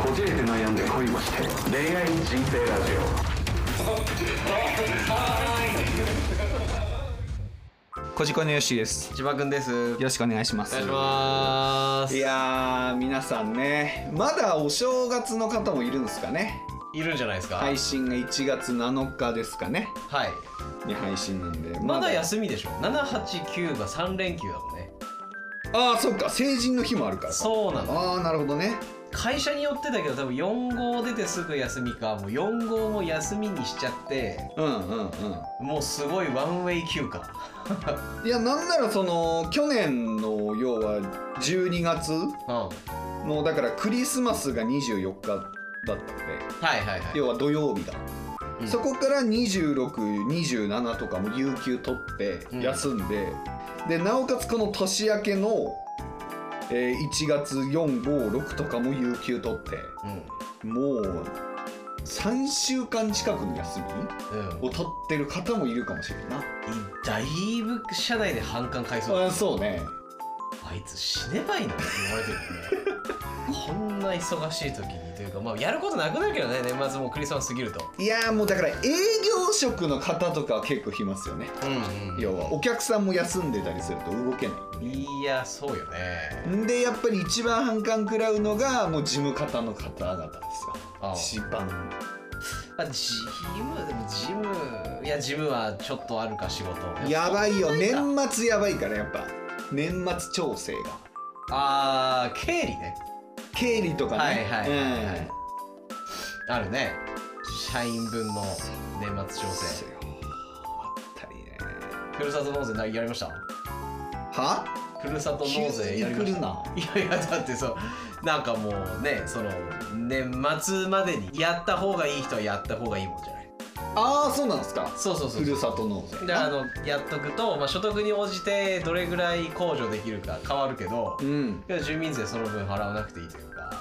こじれて悩んで恋をして恋愛人生ラジオ。こじこのよしです。 千葉くんです。よろしくお願いします。 お願いします。 いやー、皆さんね、まだお正月の方もいるんですかね。 いるんじゃないですか。 配信が1月7日ですかね。 はい。 に配信なんで。 まだ休みでしょ。7、8、9が3連休だもんね。 ああ、そっか。成人の日もあるからか。 そうなの。 ああ、なるほどね。 会社によってだけど多分4号出てすぐ休みか、もう4号も休みにしちゃって、もうすごいワンウェイ休暇。 いや、なんならその去年の要は12月のだからクリスマスが24日だったので、要は土曜日だ、そこから26、27とかも有給取って休んで、でなおかつこの年明けの1月4、5、6とかも有給取って、もう3週間近くの休みを取ってる方もいるかもしれないな。 だいぶ社内で反感買いそうだ。 そうね。 あいつ死ねばいいのって言われてるよね。こんな忙しい時にというか、まあやることなくなるけどね、年末もクリスマス過ぎると。いやもうだから営業職の方とかは結構来ますよね。要はお客さんも休んでたりすると動けない、ね。 いやそうよね。 でやっぱり一番反感食らうのがもう事務方の方々ですよ。一番。 ジムいやジムはちょっとあるか仕事。 やばいよ、年末やばいからやっぱ年末調整が。 経理ね。 経理とかね。 あるね。社員分の年末調整。 あったりね。 ふるさと納税やりました？ は？ ふるさと納税やりました？いやだってそうなんかもうね、その年末までにやった方がいい人はやった方がいいもんじゃない。 ああ、そうなんですか。 そうふるさと納税。 でやっとくと、まあ、所得に応じてどれぐらい控除できるか変わるけど、住民税その分払わなくていいというか。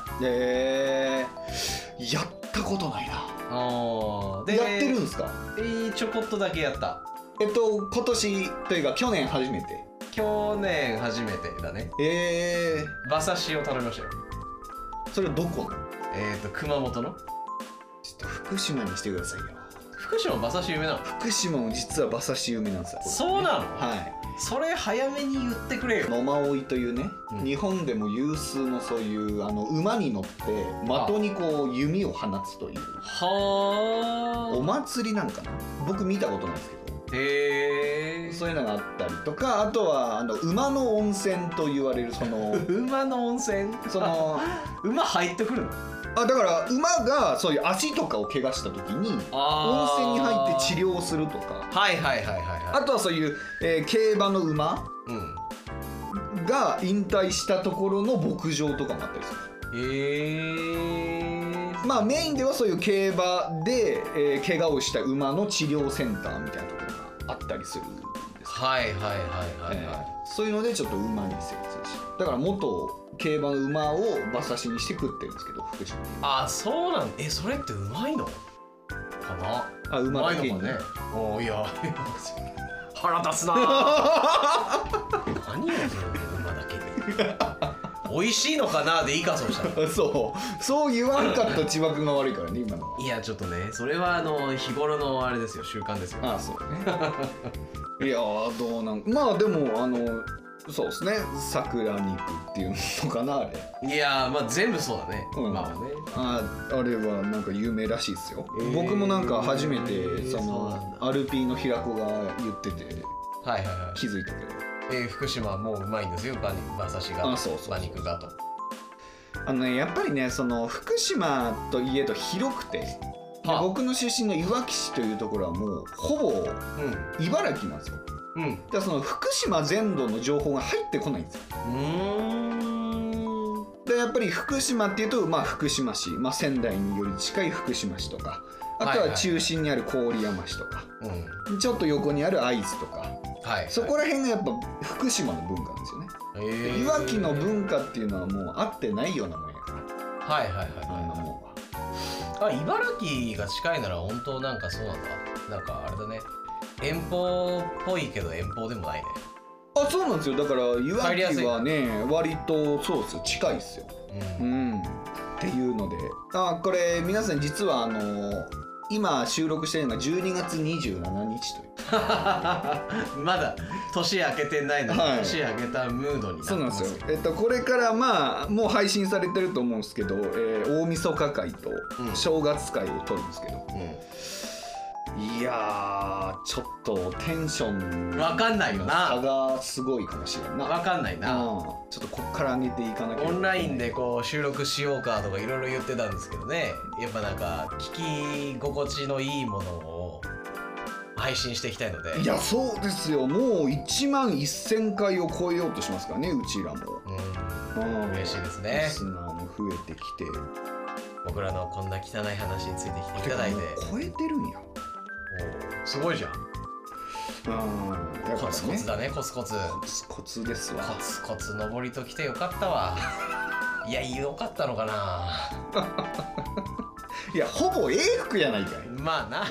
やったことないな。 でやってるんですか？ ちょこっとだけやった。 今年というか去年初めて。 去年初めてだね。馬刺しを頼みましたよ。 それはどこの？ 熊本の。 ちょっと福島にしてくださいよ。 福島馬刺し有名なの？ 福島も実は馬刺し有名なんですよ。 そうなの？ はい。 それ早めに言ってくれよ。 野馬追というね、日本でも有数のそういう馬に乗って的にこう弓を放つというお祭りなんかな。僕見たことないですけど。そういうのがあったりとか、あとは馬の温泉と言われるその馬の温泉、その馬入ってくるの？ だから馬がそういう足とかを怪我した時に温泉に入って治療するとか、あとはそういう、競馬の馬、が引退したところの牧場とかもあったりする。まあメインではそういう競馬で、怪我をした馬の治療センターみたいなところがあったりするんです。そういうのでちょっと馬に精通して、だから元競馬の馬を馬刺しにして食ってるんですけど、福島に。そうなんだ。 それってうまいのかな？ うまいのかね。 いや腹立つな。何やねん馬だけで。美味しいのかなでいいか、そうしたら。 そう言わんかった千葉君が悪いからね、今のは。 いやちょっとね、それは日頃のあれですよ、習慣ですよ。 そうね。いやどうなんまあでもそうですね、桜肉っていうのかな、あれ。 いやまあ全部そうだね。まあね。あれはなんか有名らしいですよ。僕もなんか初めてそのアルピーの平子が言ってて気づいたけど。 福島もうまいんですよ、馬刺しが。馬肉がと。 やっぱりね、その福島といえど広くて、僕の出身のいわき市というところはもうほぼ茨城なんですよ。だからその福島全土の情報が入ってこないんですよ。でやっぱり福島っていうと、福島市、仙台により近い福島市とか、あとは中心にある郡山市とか、ちょっと横にある会津とか、そこら辺がやっぱ福島の文化なんですよね。いわきの文化っていうのはもう合ってないようなもんやから。 茨城が近いなら本当なんかそうなんだ。なんかあれだね、遠方っぽいけど遠方でもないね。 そうなんですよ。だからいわきはね割とそうですよ、近いですよ。 っていうので、これ皆さん実は今収録してるのが12月27日というまだ年明けてないのに、はい、年明けたムードになってます。 そうなんですよ。これからまあもう配信されてると思うんですけど、大晦日会と正月会を撮るんですけど、いやーちょっとテンションわかんないよな、 差がすごいかもしれんな。 わかんないな、ちょっとこっから上げていかなきゃいけない。 オンラインでこう収録しようかとかいろいろ言ってたんですけどね、やっぱなんか聞き心地のいいものを配信していきたいので。 いやそうですよ、もう1万1000回を超えようとしますからね、うちらも。 嬉しいですね。 リスナーも増えてきて、 僕らのこんな汚い話についてきていただいて。 超えてるんや。 すごいじゃん。コツコツだね、コツコツ。 コツコツですわ。 コツコツ登りときてよかったわ。いや、よかったのかな。 いや、ほぼ英服やないかい。 まあな。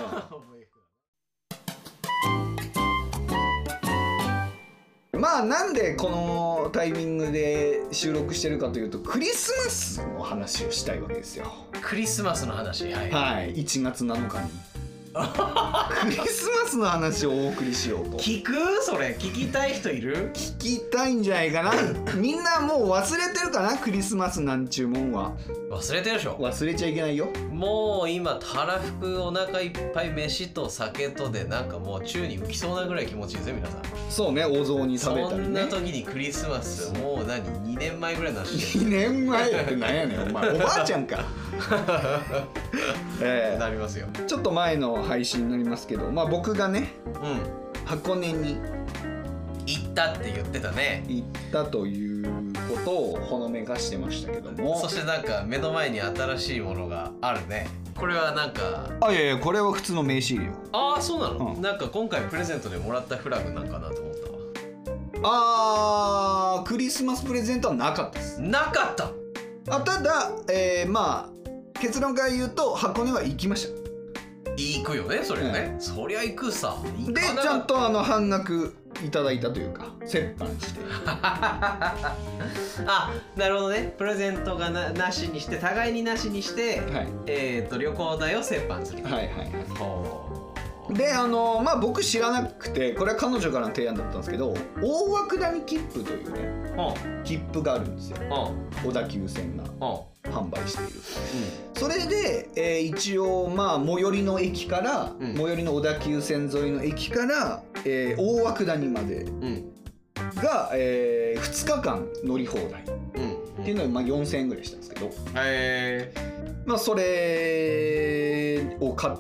まあなんでこのタイミングで収録してるかというと、クリスマスの話をしたいわけですよ。 クリスマスの話、はい、 はい、1月7日にクリスマスの話をお送りしようと。 聞く？それ聞きたい人いる？ 聞きたいんじゃないかな。みんなもう忘れてるかな、クリスマスなんちゅうもんは。 忘れてるでしょ。 忘れちゃいけないよ。 もう今たらふくお腹いっぱい飯と酒とでなんかもう宙に浮きそうなぐらい気持ちいいですよ皆さん。 そうね、お雑煮食べたりね。 そんな時にクリスマスもう何2年前ぐらいの話。 2年前ってなんやねんお前、おばあちゃんか。 なりますよ。 ちょっと前の配信になりますけど、まあ僕がね、箱根に行ったって言ってたね。 行ったということをほのめかしてましたけども、 そしてなんか目の前に新しいものがあるね。これはなんか、 いやいや、これは普通の名刺入れよ。 ああ、そうなの、なんか今回プレゼントでもらったフラグなんかなと思ったわ。クリスマスプレゼントはなかったです。 なかった。 ただ、まあ結論から言うと箱根は行きました。 行くよね、それね、そりゃ行くさ。 でちゃんと半額いただいたというか折半してあ、なるほどね。プレゼントが なしにして、互いになしにして、はい、旅行代を折半する。 はいはいはい。でまあ僕知らなくて、これは彼女からの提案だったんですけど、大涌谷切符というね、切符があるんですよ。小田急線が販売している。それで、一応まあ最寄りの駅から、最寄りの小田急線沿いの駅から、大涌谷までが、2日間乗り放題っていうのがまあ4000円ぐらいしたんですけど、まあそれを買って、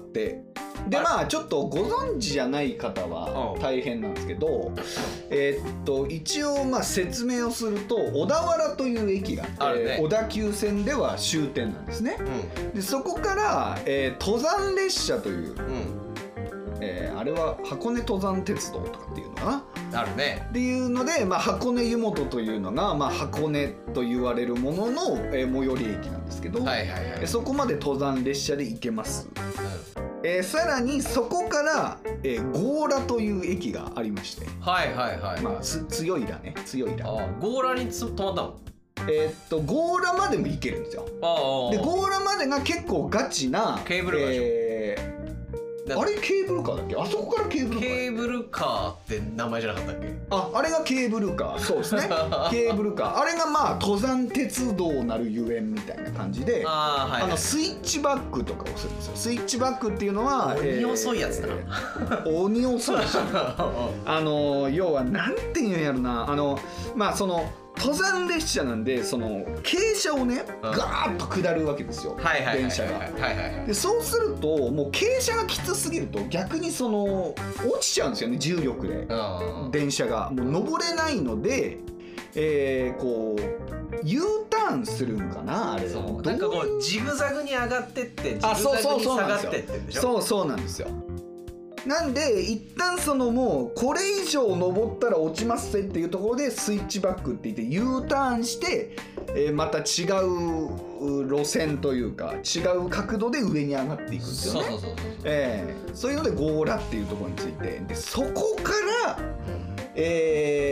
でまあちょっとご存知じゃない方は大変なんですけど、一応まあ説明をすると、小田原という駅があって、小田急線では終点なんですね。でそこから、登山列車という、あれは箱根登山鉄道とかっていうのかな、 あるねっていうので、まあ、箱根湯本というのが、まあ、箱根と言われるものの、最寄り駅なんですけど、そこまで登山列車で行けます。さらにそこから、強羅という駅がありまして、まあ強いらね、強いら。 強羅に止まったの？ 強羅までも行けるんですよ。で強羅までが結構ガチなケーブルカーでしょ。 あれケーブルカーだっけ？あそこからケーブルカー。ケーブルカーって名前じゃなかったっけ？ あれがケーブルカー。そうですね。ケーブルカー。あれがまあ登山鉄道なるゆえんみたいな感じで、スイッチバックとかをするんですよ。スイッチバックっていうのは鬼遅いやつだな。鬼遅いし、要はなんていうんやろな、まあその登山列車なんで、その傾斜をねガーッと下るわけですよ、電車が。でそうするともう傾斜がきつすぎると逆にその落ちちゃうんですよね、重力で。電車がもう登れないので、こう U ターンするんかな、あれ。 なんかこうジグザグに上がってってジグザグに下がってってんでしょ。 そうなんですよ。なんで一旦そのもうこれ以上登ったら落ちますっていうところでスイッチバックって言って U ターンして、また違う路線というか違う角度で上に上がっていくんですよね。そういうので強羅っていうところについて、でそこから、ロ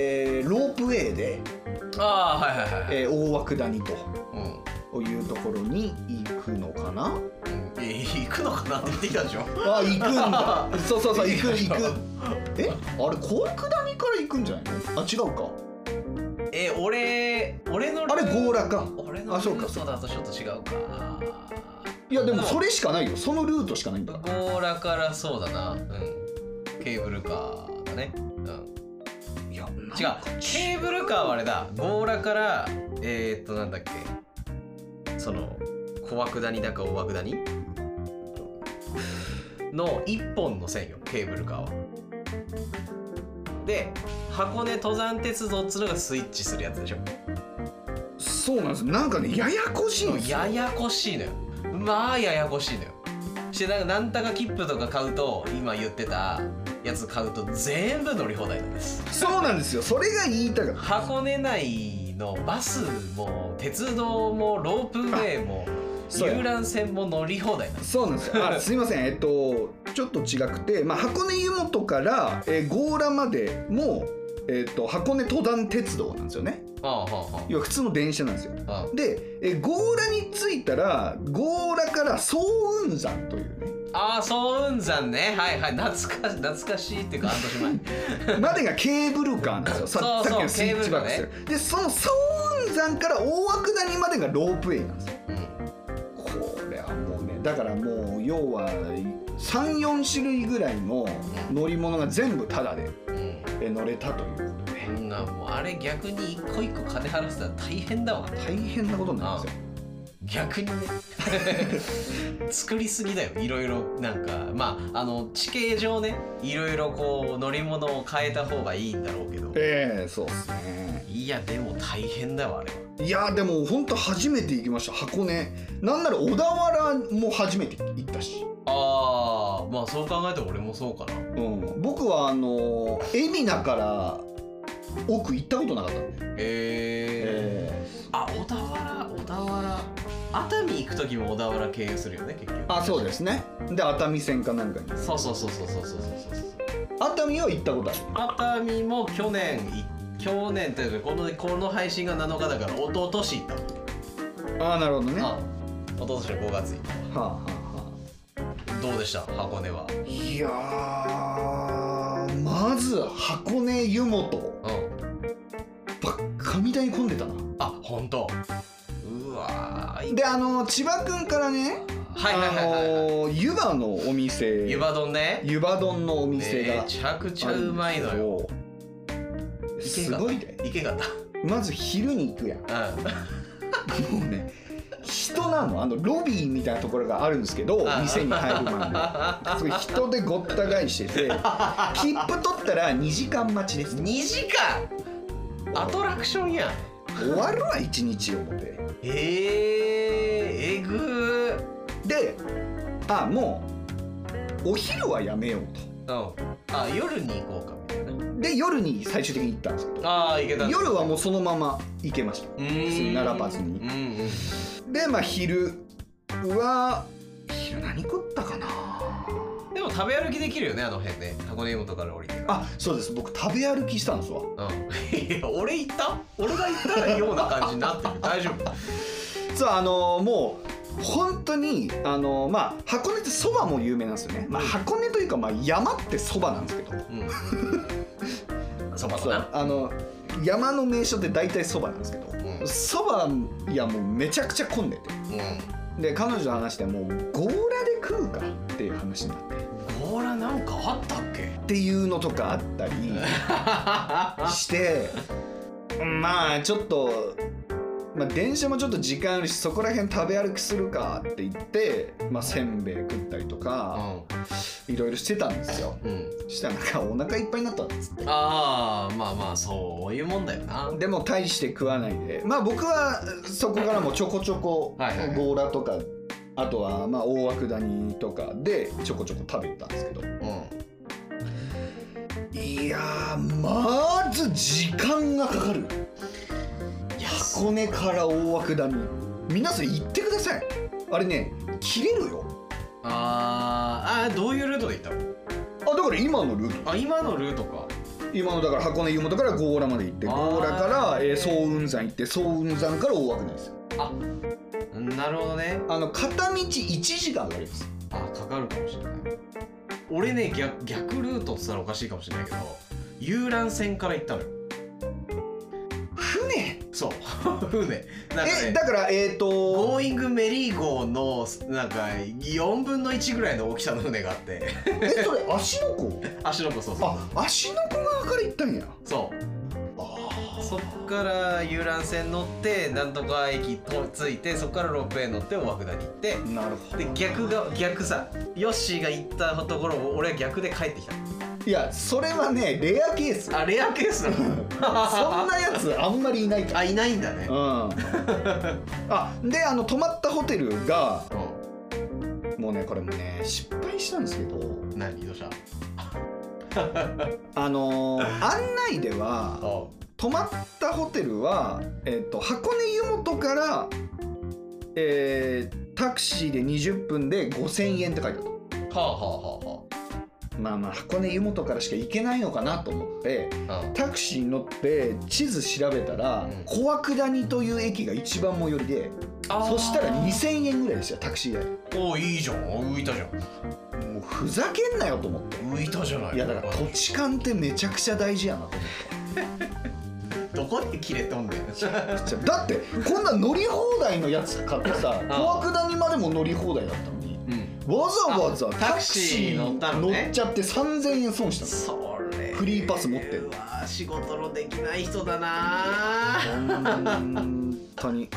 ープウェイで大涌谷というところにに行くのかな。 行くのかなって言ってきたでしょ。 あ、行くんだ。そう行く。あれ小涌谷から行くんじゃないの。あ、違うか。 俺のあれ強羅か。 俺のルートだとちょっと違うか。 いやでもそれしかないよ。そのルートしかないんだ。 強羅からそうだな。ケーブルカーだね。いや違う。ケーブルカーはあれだ。強羅からなんだっけ。その小涌谷だか大涌谷の一本の線よ。ケーブルカーは。で箱根登山鉄道っつうのがスイッチするやつでしょ。 そうなんです。なんかねややこしいんですよ。 ややこしいのよ。まあややこしいのよ。してなんたか切符とか買うと今言ってたやつ買うと全部乗り放題なんです。 そうなんですよ。それが言いたかった。 箱根内のバスも鉄道もロープウェイも遊覧船も乗り放題なんです。 そうなんですよ。すいません。ちょっと違くて、箱根湯本から、強羅までも、箱根登山鉄道なんですよね。要は普通の電車なんですよ。で、強羅に着いたら強羅から早雲山というね。 早雲山ね。はいはい。懐かしいっていうか半年前までがケーブルカーなんですよ。さっきのスイッチバックする。でその早雲山から大涌谷までがロープウェイなんですよ。これはもうね、だからもう要は 3,4 種類ぐらいの乗り物が全部タダで乗れたということで、 もうあれ逆に一個一個金払ってたら大変だわ。 大変なことになるんですよ。 逆にね作りすぎだよ。いろいろなんか地形上ねいろいろこう乗り物を変えた方がいいんだろうけど、 そうっすね。 いやでも大変だわあれは。 いやでも本当初めて行きました。箱根なんなら小田原も初めて行ったし。 まあそう考えたら俺もそうかな。 僕は海老名から奥行ったことなかったんで。 小田原熱海行く時も小田原経由するよね結局。 そうですね。で熱海線かなんかに。 そう熱海は行ったことある。 熱海も去年というかこの配信が7日だから一昨年行った。 なるほどね。 一昨年の5月行った。どうでした箱根は。 いやーまず箱根湯本ばっかみたいに混んでたな。 本当。うわで千葉くんからね、湯葉のお店、 湯葉丼ね。 湯葉丼のお店がめちゃくちゃうまいのよ。 すごいで。 いけがった。 まず昼に行くやん。もうね人なの。ロビーみたいなところがあるんですけど、店に入る前にすごい人でごった返してて切符取ったら2時間待ちです。 2時間アトラクションやん。 終わるわ1日思って。 えぐー。でもうお昼はやめようと。夜に行こうかみたいな。 で夜に最終的に行ったんですけど、 行けた。夜はもうそのまま行けました。並ばずに。で昼何食ったかな。 でも食べ歩きできるよねあの辺ね。箱根湯本から降りて。 そうです。僕食べ歩きしたんですわ。 俺行った？俺が行ったらような感じになってる。大丈夫？ もう本当に箱根ってそばも有名なんですよね。箱根というか山ってそばなんですけど。 そばだな。 山の名所って大体そばなんですけど、そば屋もうめちゃくちゃ混んでて、で彼女と話してもう強羅で食うかっていう話になって。 強羅なんかあったっけっていうのとかあったりしてちょっと電車もちょっと時間あるしそこら辺食べ歩きするかって言って、せんべい食ったりとか、いろいろしてたんですよ。したらなんかお腹いっぱいになったんですって。 そういうもんだよな。 でも大して食わないで僕はそこからもちょこちょこ強羅とかあとは大涌谷とかでちょこちょこ食べたんですけど、いやまず時間がかかる。箱根から大涌谷皆さん行ってください。あれね切れるよ。 どういうルートで行ったの？ だから今のルート。 今のルートか。 今のだから箱根湯本から強羅まで行って強羅から早雲山行って早雲山から大涌谷ですよ。 なるほどね。 片道1時間かかります。 かかるかもしれない。俺ね、逆ルートって言ったらおかしいかもしれないけど、遊覧船から行ったのよ。 船？ そう船なんか、ね、 だからゴーイングメリー号のなんか4分の1ぐらいの大きさの船があってそれ芦ノ湖？ 芦ノ湖、そうそう。 芦ノ湖側から行ったんや。 そう。そっから遊覧船乗ってなんとか駅着いて、そっからロープウェイ乗って大涌谷行って、 なるほど。 で逆さ、ヨッシーが行ったところを俺は逆で帰ってきた。 いや、それはね、レアケース。 レアケースなのそんなやつあんまりいないから。 いないんだね。 で、泊まったホテルが、もうね、これもね、失敗したんですけど。 何どうした？ 案内では泊まったホテルは、箱根湯本から、タクシーで20分で5000円って書いてあった。まあ箱根湯本からしか行けないのかなと思って、タクシーに乗って地図調べたら、小涌谷という駅が一番最寄りで、そしたら2000円ぐらいでした、タクシー代。 いいじゃん、浮いたじゃん。 もうふざけんなよと思って。 浮いたじゃない。 いやだから土地勘ってめちゃくちゃ大事やなと思ってどこで切れとんねんだってこんな乗り放題のやつ買ってさ、小涌谷までも乗り放題だったのに、わざわざタクシー乗っちゃって3000円損したの。 それフリーパス持ってる。 仕事のできない人だな。 本当に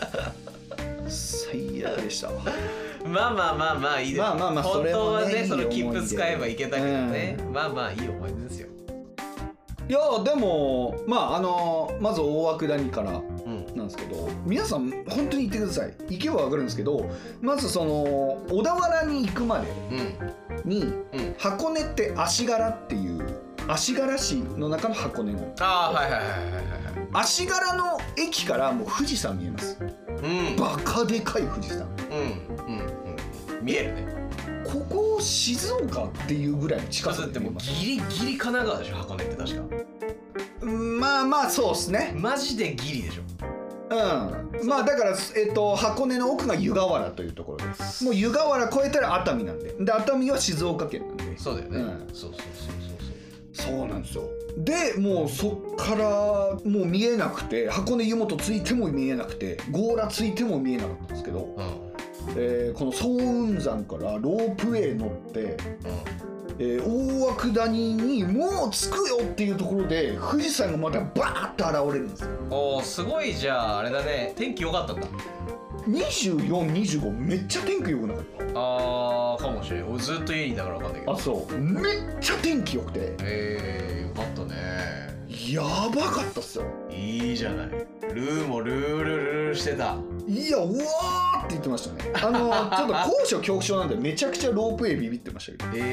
最悪でしたわ。 まあいいです。本当はね、その切符使えばいけたけどね。まあいい思い出ですよ。 いやでもまず大涌谷からなんですけど、皆さん本当に行ってください。行けば分かるんですけど、まずその小田原に行くまでに、箱根って足柄っていう足柄市の中の箱根の、足柄の駅からもう富士山見えます。バカでかい富士山。見えるね。ここ静岡っていうぐらいの近さで見えます。 ギリギリ神奈川でしょ、箱根って確か。 まあそうですね。 マジでギリでしょ。 まあだから箱根の奥が湯河原というところです。もう湯河原越えたら熱海なんで、熱海は静岡県なんで。 そうだよね。 そうなんですよ。でもうそっからもう見えなくて、箱根湯本ついても見えなくて、強羅ついても見えなかったんですけど、この早雲山からロープウェイ乗って、大涌谷にもう着くよっていうところで富士山がまたバーッと現れるんですよ。 すごい。じゃああれだね、天気良かったんだ。 24、25めっちゃ天気良くなかった？ かもしれん。俺ずっと家にいながら分かんないけど。 そうめっちゃ天気良くて、 よかったね。 やばかったっすよ。 いいじゃない。ルーもルールルーしてた。 いや、うわーって言ってましたね。ちょっと高所恐怖症なんでめちゃくちゃロープウェイビビってましたけど。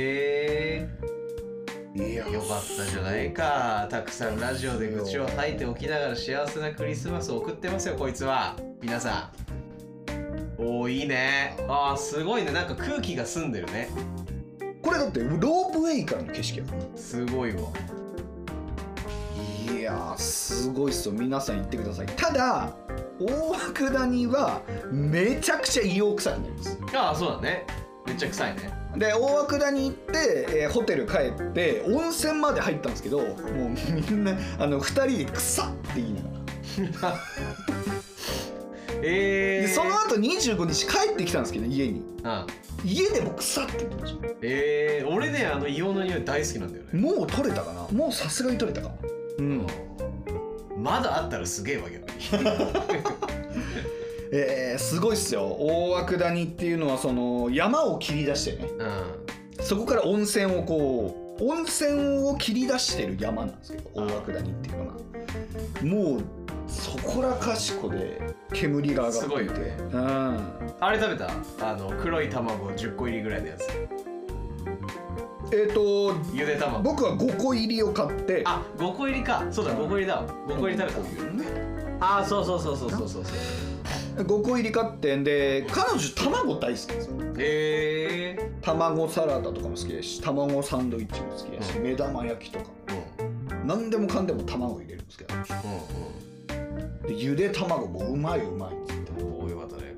いや、 よかったじゃないか。たくさんラジオで愚痴を吐いておきながら幸せなクリスマスを送ってますよ、こいつは。皆さん。いいね。すごいね。なんか空気が澄んでるね。 これだってロープウェイからの景色やから。 すごいわ。 いやすごいっすよ。皆さん行ってください。ただ大涌谷はめちゃくちゃ硫黄臭くなります。 そうだね。めっちゃ臭いね。 で大涌谷行って、ホテル帰って温泉まで入ったんですけど、もうみんな2人で臭って言いながらでその後25日帰ってきたんですけど、家に、家でも臭って言ってました。 俺ね、硫黄の匂い大好きなんだよね。 もう取れたかな。もうさすがに取れたか。 まだあったらすげえわ、逆にすごいっすよ。大涌谷っていうのはその山を切り出してね、そこから温泉を切り出してる山なんですけど、大涌谷っていうのはもうそこらかしこで煙が上がってて、すごいよね。 あれ食べた？黒い卵10個入りぐらいのやつ。 ゆで卵。僕は5個入りを買って。 5個入りか。そうだ、5個入りだわ。5個入り食べた。そう 5個入り買ってんで、彼女卵大好きですよ。卵サラダとかも好きだし、卵サンドイッチも好きだし、目玉焼きとか、何でもかんでも卵入れるんですけど、でゆで卵もうまいうまいって言って。 よかったね。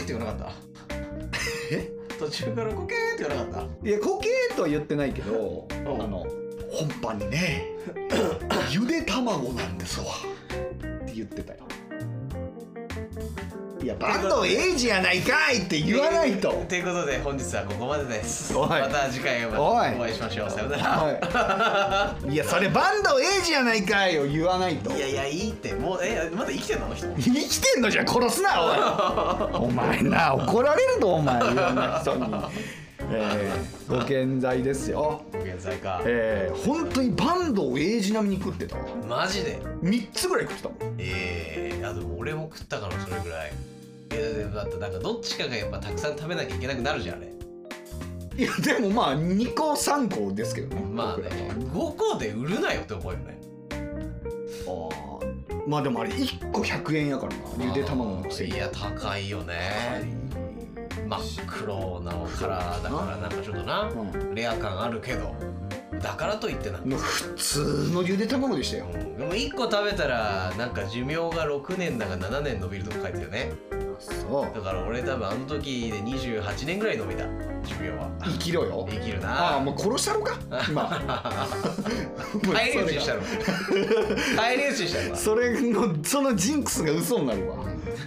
って言わなかった途中からコケーって言わなかった？ いやコケーとは言ってないけど、本番にねゆで卵なんですわって言ってたよ。いやバンドエイジやないかいって言わないと。 ということで本日はここまでです。また次回お会いしましょう。さよなら。いやそれバンドエイジやないかいを言わないと。 いやいいってもうまだ生きてんのあの人。 生きてんのじゃ殺すなおい。お前な怒られるぞお前いろんな人に。ご健在ですよ。 ご健在か。 本当にバンドをエイジ並みに食ってたわ。 マジで 3つぐらい食ってたもん。 でも俺も食ったからそれぐらい。だってなんかどっちかがやっぱたくさん食べなきゃいけなくなるじゃんあれ。 いやでもまあ2個3個ですけどね。 まあね5個で売るなよって思うよね。 まあでもあれ1個100円やからな、ゆで卵のくせに。 いや高いよね。真っ黒なカラーだからなんかちょっとな、レア感あるけどだからといってなんか普通のゆで卵でしたよ。 でも1個食べたらなんか寿命が6年だか7年伸びるとか書いてたよね。 そうだから俺多分あの時で28年ぐらい伸びた寿命は。 生きろよ。 生きるな。 もう殺したろか今。 帰り討ちしたろ。帰り討ちしたろ。 そのジンクスが嘘になるわ。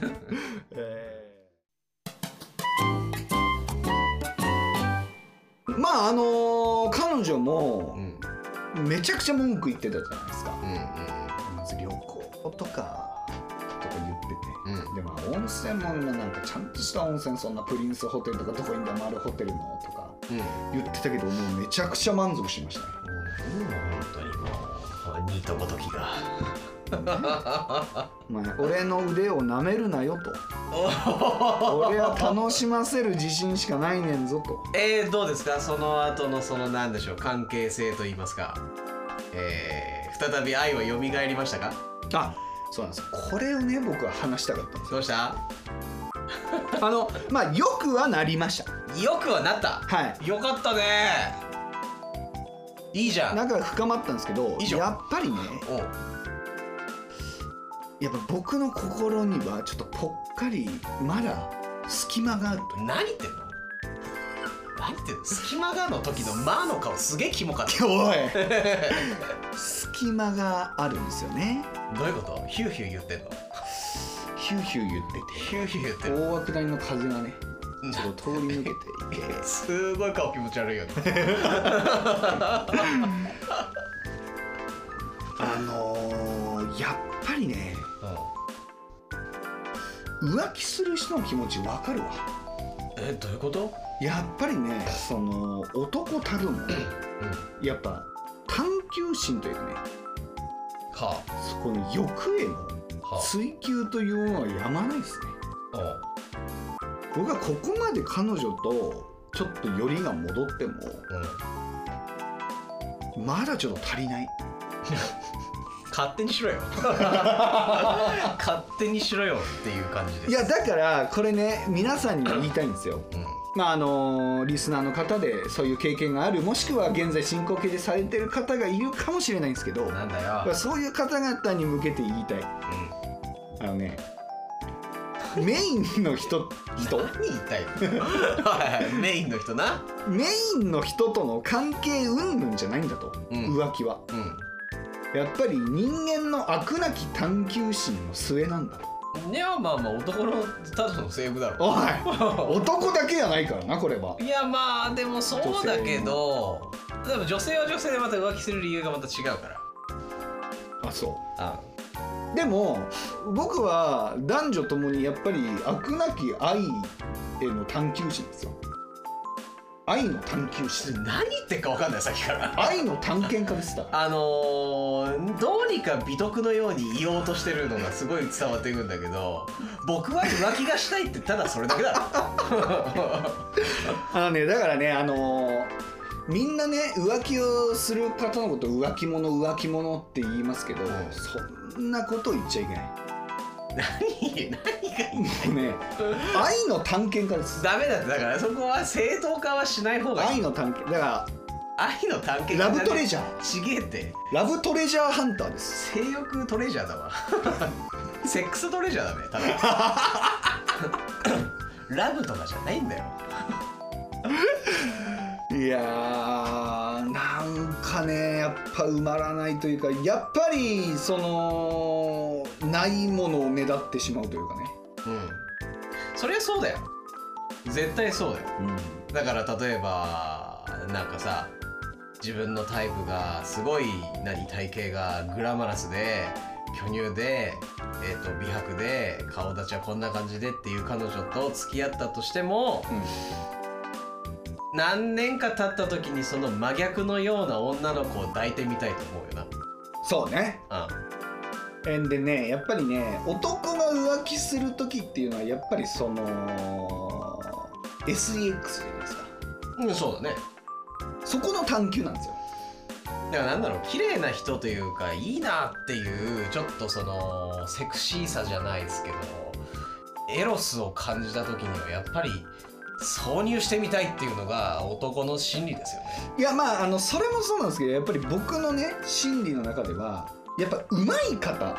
まあ彼女もめちゃくちゃ文句言ってたじゃないですか。まず旅行とか言ってて、でも温泉もなんかちゃんとした温泉、そんなプリンスホテルとかどこにでもあるホテルのとか言ってたけど、もうめちゃくちゃ満足しましたね。 本当にもうニートごときが。 俺の腕を舐めるなよと。俺は楽しませる自信しかないねんぞと。 どうですかその後のなんでしょう関係性といいますか、再び愛は蘇りましたか？ そうなんです。これをね僕は話したかったんですよ。 どうした？ よくはなりました。 よくはなった。 はい。 よかったね。いいじゃん。 仲が深まったんですけど、やっぱりね。やっぱ僕の心にはちょっとぽっかりまだ隙間があると。 何言ってんの？隙間がの時のマーの顔すげえキモかった。 おい隙間があるんですよね。 どういうこと？ヒューヒュー言ってんの？ ヒューヒュー言ってて、 ヒューヒュー言ってる。 大涌谷の風がねちょっと通り抜けていてすごい顔気持ち悪いよね。 やっぱりね、浮気する人の気持ちわかるわ。 どういうこと？ やっぱりね男たるもやっぱ探求心というかね、そこの欲への追求というものはやまないですね。僕はここまで彼女とちょっとよりが戻っても、まだちょっと足りない。 勝手にしろよ。勝手にしろよっていう感じです。 いやだからこれね皆さんにも言いたいんですよ。リスナーの方でそういう経験がある、もしくは現在進行形でされてる方がいるかもしれないんですけど、 なんだよ、 そういう方々に向けて言いたい。メインの人何言いたいの？メインの人な。 メインの人との関係云々じゃないんだと、浮気は、やっぱり人間の飽くなき探求心の末なんだと。 いや男のただのセーブだろ。 おい男だけじゃないからなこれは。 いやでもそうだけど、でも女性は女性でまた浮気する理由がまた違うから。 そうでも僕は男女ともにやっぱり飽くなき愛への探求心ですよ。愛の探求心。 何言ってんか分かんないさっきから。 愛の探検家でした。 どうにか美徳のように言おうとしてるのがすごい伝わってくるんだけど、僕は浮気がしたいってただそれだけだろ。 だからねみんなね浮気をする方のことを浮気者って言いますけど、そんなこと言っちゃいけない。 何がいいもうね愛の探検家です。 ダメだって。だからそこは正当化はしない方がいい。 愛の探検だから愛の探検ラブトレジャーちげえって。 ラブトレジャーハンターです。 性欲トレジャーだわ。セックストレジャーだねただ。 ラブとかじゃないんだよ。 いやーなんかねやっぱ埋まらないというか、やっぱりそのないものを目立ってしまうというかね。 そりゃそうだよ、絶対そうだよ、だから例えばなんかさ、自分のタイプがすごい体型がグラマラスで巨乳で、美白で顔立ちはこんな感じでっていう彼女と付き合ったとしても、何年か経った時にその真逆のような女の子を抱いてみたいと思うよな。 そうね。でね、やっぱりね、男が浮気する時っていうのはやっぱりその SEX じゃないですか。 そうだね。 そこの探求なんですよ。 だからなんだろう、綺麗な人というかいいなっていうちょっとそのセクシーさじゃないですけど、エロスを感じた時にはやっぱり挿入してみたいっていうのが男の心理ですよね。 いやまあそれもそうなんですけど、やっぱり僕のね心理の中ではやっぱ上手い方、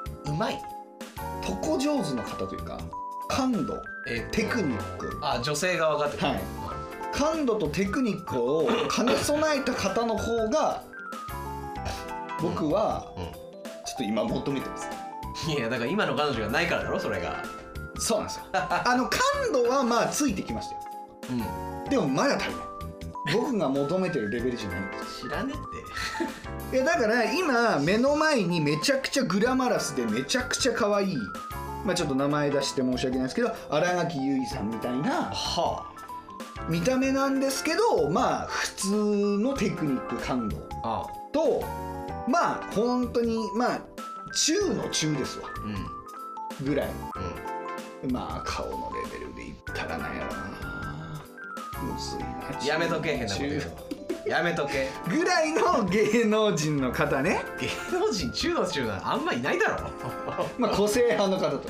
床上手の方というか感度、テクニック、 女性が分かってる、 感度とテクニックを兼ね備えた方の方が僕はちょっと今求めてます。 いやだから今の彼女がないからだろ、それが。そうなんですよ。 感度はまあついてきましたよ。でもまだ足りない。僕が求めてるレベルじゃないんです。 知らねって。いやだから今目の前にめちゃくちゃグラマラスでめちゃくちゃ可愛い、まあちょっと名前出して申し訳ないですけど新垣結衣さんみたいな見た目なんですけど、まあ普通のテクニック感度とまあ本当にまあ中の中ですわ、ぐらい、まあ顔のレベルで言ったらなんやろな、むずいな、 やめとけ、変なこと言うのやめとけぐらいの芸能人の方ね。 芸能人中の中なんあんまいないだろまあ個性派の方と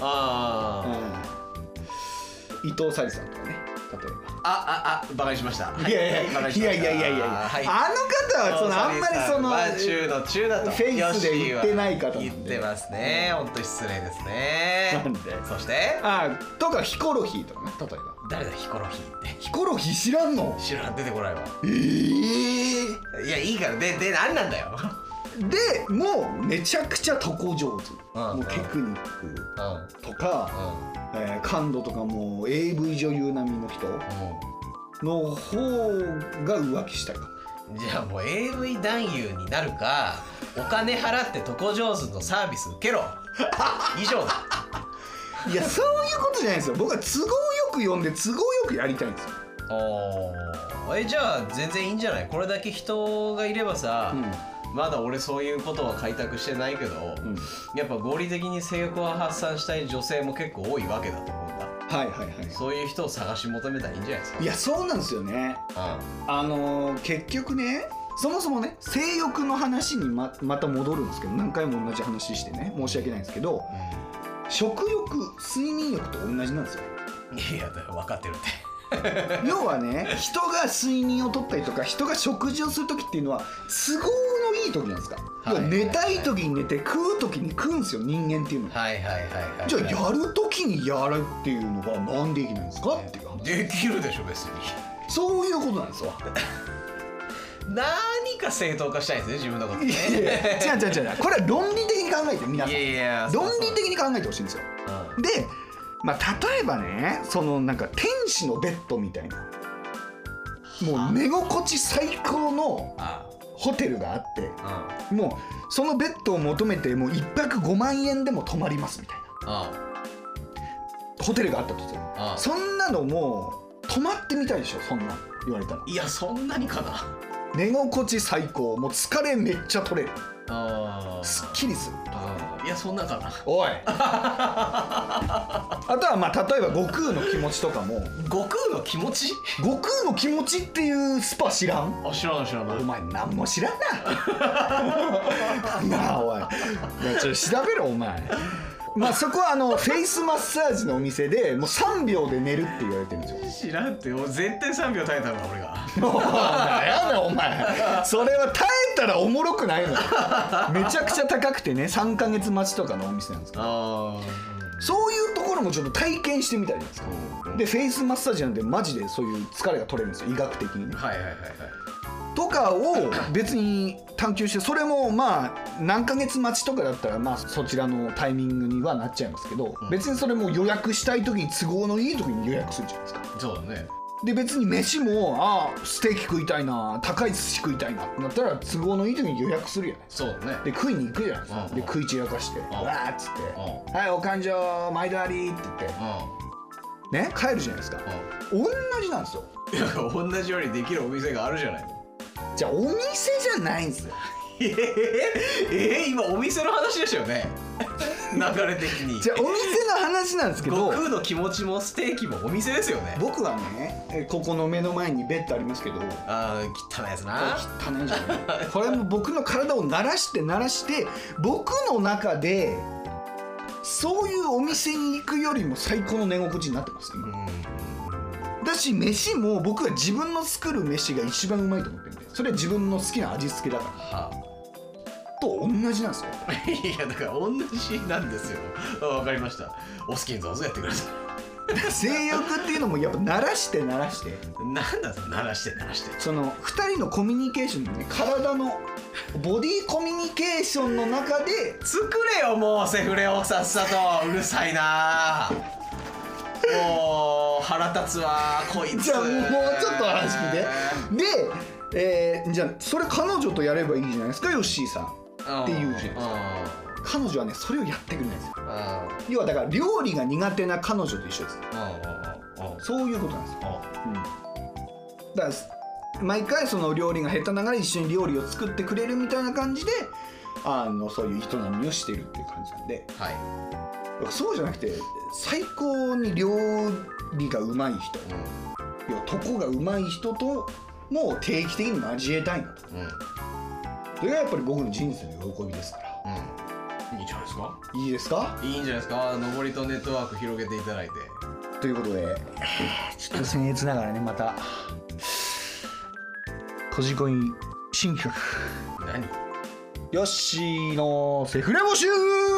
伊藤沙莉さんとかね、例えばバカにしました。 いやあの方はそのあんまりその中だとフェイスで言ってない方なんで。 言ってますね、本当失礼ですね。なんでそしてとかヒコロヒーとかね、例えば誰だヒコロヒーって。 ヒコロヒー知らんの？ 知らん、出てこないわ。いやいいからで何なんだよ。 でもうめちゃくちゃ床上手、もうテクニックとか感度とかもう AV 女優並みの人の方が浮気したいかも。 じゃあもう AV 男優になるか、お金払って床上手のサービス受けろ以上だ。 いやそういうことじゃないですよ。僕は都合よく読んで都合よくやりたいんですよ。 じゃあ全然いいんじゃない。これだけ人がいればさ、まだ俺そういうことは開拓してないけど、やっぱ合理的に性欲を発散したい女性も結構多いわけだと思うんだ。そういう人を探し求めたらいいんじゃないですか。 いやそうなんですよね。結局ね、そもそもね性欲の話に また戻るんですけど、何回も同じ話してね申し訳ないんですけど、食欲睡眠欲と同じなんですよ。 いやだから分かってるって。 要はね、人が睡眠をとったりとか人が食事をする時っていうのは都合のいい時なんですか。寝たい時に寝て食う時に食うんですよ、人間っていうのは。じゃあやる時にやるっていうのがなんでできないんですかっていう話。 できるでしょ別に。 そういうことなんですわ。 何か正当化したいですね、自分のことね。 違うこれは論理的に考えて、皆さん論理的に考えてほしいんですよ。でまあ例えばね、そのなんか天使のベッドみたいなもう寝心地最高のホテルがあって、もうそのベッドを求めてもう1泊5万円でも泊まりますみたいなホテルがあったとする。そんなのもう泊まってみたいでしょ、そんな言われたら。 いやそんなにかな。 寝心地最高、もう疲れめっちゃ取れる、すっきりする。 いやそんなかな。 おいあとはまあ例えば悟空の気持ちとかも。 悟空の気持ち？ 悟空の気持ちっていうスパ知らん？ 知らない。 お前何も知らんな。なあおい、ちょっと調べろお前。まあそこはフェイスマッサージのお店でもう3秒で寝るって言われてるんですよ。 知らんって、俺絶対3秒耐えたの俺が。 やだお前、それは耐えたらおもろくないの。めちゃくちゃ高くてね、3ヶ月待ちとかのお店なんですけど、そういうところろもちょっと体験してみたいですか。でフェイスマッサージなんてマジでそういう疲れが取れるんですよ、医学的にね。 はいはいはいはい。 とかを別に探求して、それもまあ何ヶ月待ちとかだったらまあそちらのタイミングにはなっちゃいますけど、別にそれも予約したい時に都合のいい時に予約するじゃないですか。 そうだね。 で別に飯もステーキ食いたいな、高い寿司食いたいなってなったら都合のいい時に予約するじゃないですか。 そうだね。 で食いに行くじゃないですか。で食い散らかしてわーっつってはいお勘定毎度ありって言ってね帰るじゃないですか。同じなんですよ。 いや同じようにできるお店があるじゃないの。 じゃあお店じゃないんですよ。 今お店の話でしたよね。流れ的に。 じゃあお店の話なんですけど、 悟空の気持ちもステーキもお店ですよね。 僕はねここの目の前にベッドありますけど、 ああ汚いやつな。 汚いじゃないこれも僕の体を慣らして僕の中でそういうお店に行くよりも最高の寝心地になってます今。だし飯も僕は自分の作る飯が一番うまいと思ってるんで、それは自分の好きな味付けだから、と同じなんですよ。 いやだから同じなんですよ。わかりました。お好きにどうぞやってください。 性欲っていうのもやっぱ慣らしてなんだ慣らしてその2人のコミュニケーションのね、体のボディコミュニケーションの中で作れよもうセフレをさっさと。うるさいなもう腹立つわこいつ。 じゃあもうちょっと話聞いて。で、じゃあそれ彼女とやればいいじゃないですかヨッシーさんって言うじゃないですか。彼女はねそれをやってくれないんですよ。要はだから料理が苦手な彼女と一緒です。そういうことなんですよ。だから毎回その料理が下手ながら一緒に料理を作ってくれるみたいな感じでそういう営みをしてるっていう感じなんで、そうじゃなくて最高に料理がうまい人、床がうまい人ともう定期的に交えたいなと、それがやっぱり僕の人生の喜びですから、 いいんじゃないですか。 いいですか。 いいんじゃないですか。上りとネットワーク広げていただいてということで、ちょっと僭越ながらねまたこじこい新企画何ヨッシーのセフレ募集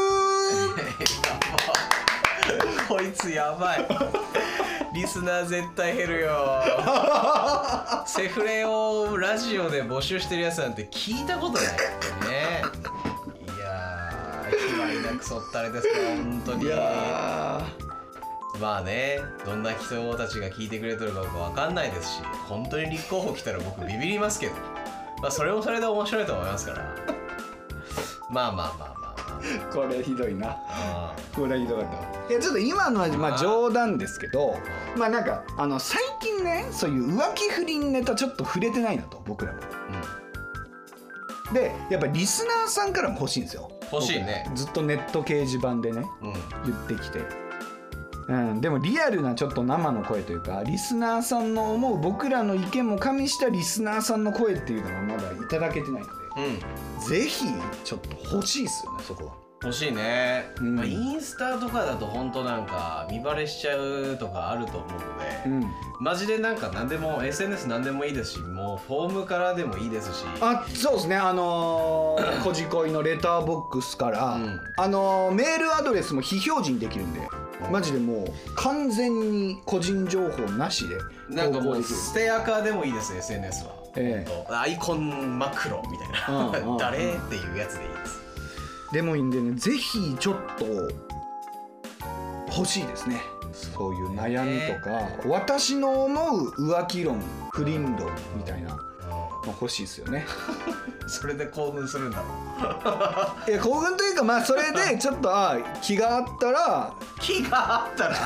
こいつやばい。リスナー絶対減るよ。セフレをラジオで募集してるやつなんて聞いたことないってね。いやーひわいなクソったれですから本当に。いやまあね、どんな人たちが聞いてくれてるか分かんないですし、本当に立候補来たら僕ビビりますけど、まあそれもそれで面白いと思いますから。まあこれひどいな。これひどかった。いやちょっと今のはまあ冗談ですけど、まあなんか最近ねそういう浮気不倫ネタちょっと触れてないなと僕らも。でやっぱりリスナーさんからも欲しいんですよ。 欲しいね。 ずっとネット掲示板でね、言ってきて。でもリアルなちょっと生の声というかリスナーさんの思う僕らの意見も加味したリスナーさんの声っていうのがまだいただけてないので、ぜひちょっと欲しいですよねそこは。 欲しいね。まあ、インスタとかだと本当なんか見バレしちゃうとかあると思うので、マジでなんか何でも SNS 何でもいいですし、もうフォームからでもいいですし。 そうですね。こじこいのレターボックスから、メールアドレスも非表示にできるんで。マジでもう完全に個人情報なしでなんかもうステアカでもいいです SNS は、アイコンマクロみたいな誰っていうやつでいいです。 でもいいんでね、ぜひちょっと欲しいですね。そういう悩みとか私の思う浮気論不倫論みたいな欲しいですよね。 それで興奮するんだろう。いや興奮というかまあそれでちょっと気があったら気が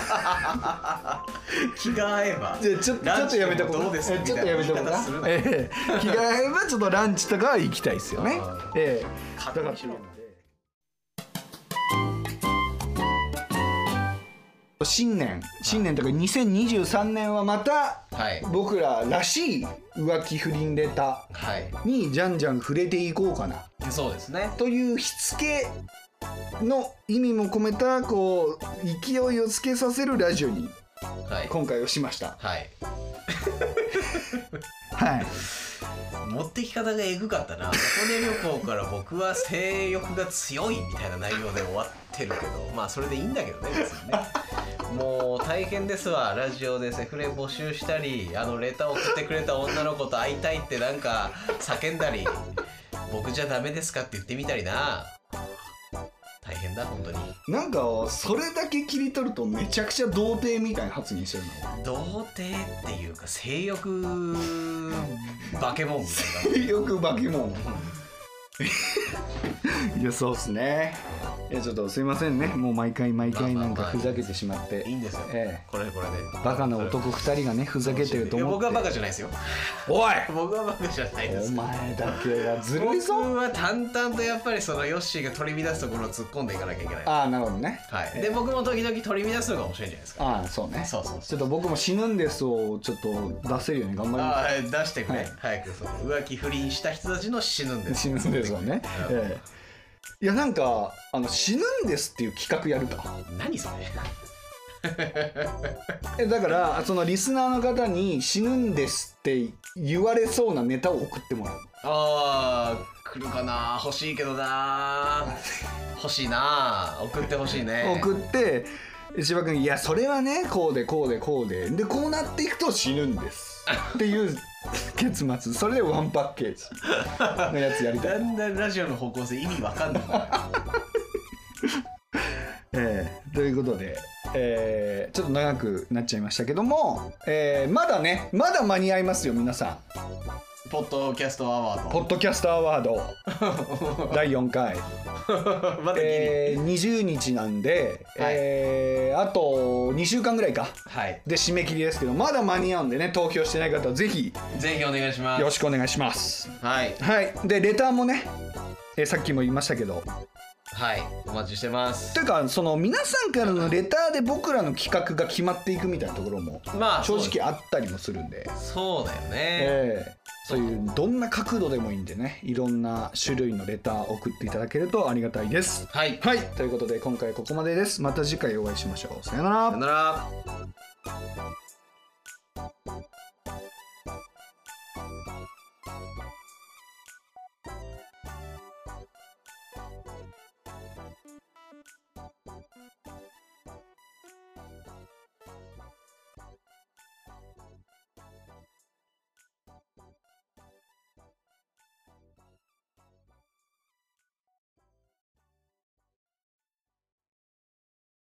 合えばちょっとやめとこう。ちょっとやめとこうか。気が合えばちょっとランチとかは行きたいですよね。だから新年とか2023年はまた僕ららしい浮気不倫レターにじゃんじゃん触れていこうかな。 そうですね。 というしつけの意味も込めたこう勢いをつけさせるラジオに今回をしました。はい。 持ってき方がエグかったな。箱根旅行から僕は性欲が強いみたいな内容で終わってるけど、まあそれでいいんだけどね別にね。 もう大変ですわ。ラジオでセフレ募集したり、レター送ってくれた女の子と会いたいってなんか叫んだり、僕じゃダメですかって言ってみたりな。大変だ本当に。 なんかそれだけ切り取るとめちゃくちゃ童貞みたいな発言してるの。 童貞っていうか性欲化け物みたいな。 性欲化け物。いやそうっすね。いやちょっとすいませんね、もう毎回なんかふざけてしまって。 いいんですよ、これでバカな男2人がねふざけてると思って。 僕はバカじゃないですよ。 おい僕はバカじゃないです。 お前だけがずるいぞ。 僕は淡々とやっぱりそのヨッシーが取り乱すところを突っ込んでいかなきゃいけない。 ああなるほどね。 はい、で僕も時々取り乱すのが面白いんじゃないですか。 ああそうね。 そうちょっと僕も死ぬんですをちょっと出せるように頑張ります。 ああ出してくれ、早く。その浮気不倫した人たちの死ぬんです。 死ぬんですをね。いやなんか死ぬんですっていう企画やるか。 何それ。 だからそのリスナーの方に死ぬんですって言われそうなネタを送ってもらう。 あー来るかな。欲しいけどな。欲しいな。送ってほしいね。 送って千葉君いやそれはねこうでこうでこうででこうなっていくと死ぬんですっていう結末。それでワンパッケージのやつやりたい。 だんだんラジオの方向性意味わかんない。 ということで、ちょっと長くなっちゃいましたけども、まだ間に合いますよ皆さん。 ポッドキャストアワード。 ポッドキャストアワード第4回まだギリ、 20日なんで、あと2週間ぐらいか、で締め切りですけど、まだ間に合うんでね、投票してない方はぜひお願いします。 よろしくお願いします。 はい、 でレターもね、さっきも言いましたけど、 お待ちしてます。 というかその皆さんからのレターで僕らの企画が決まっていくみたいなところも正直あったりもするんで、 そうだよね、 そういうどんな角度でもいいんでね、いろんな種類のレター送っていただけるとありがたいです。はい、ということで今回ここまでです。また次回お会いしましょう。さよなら。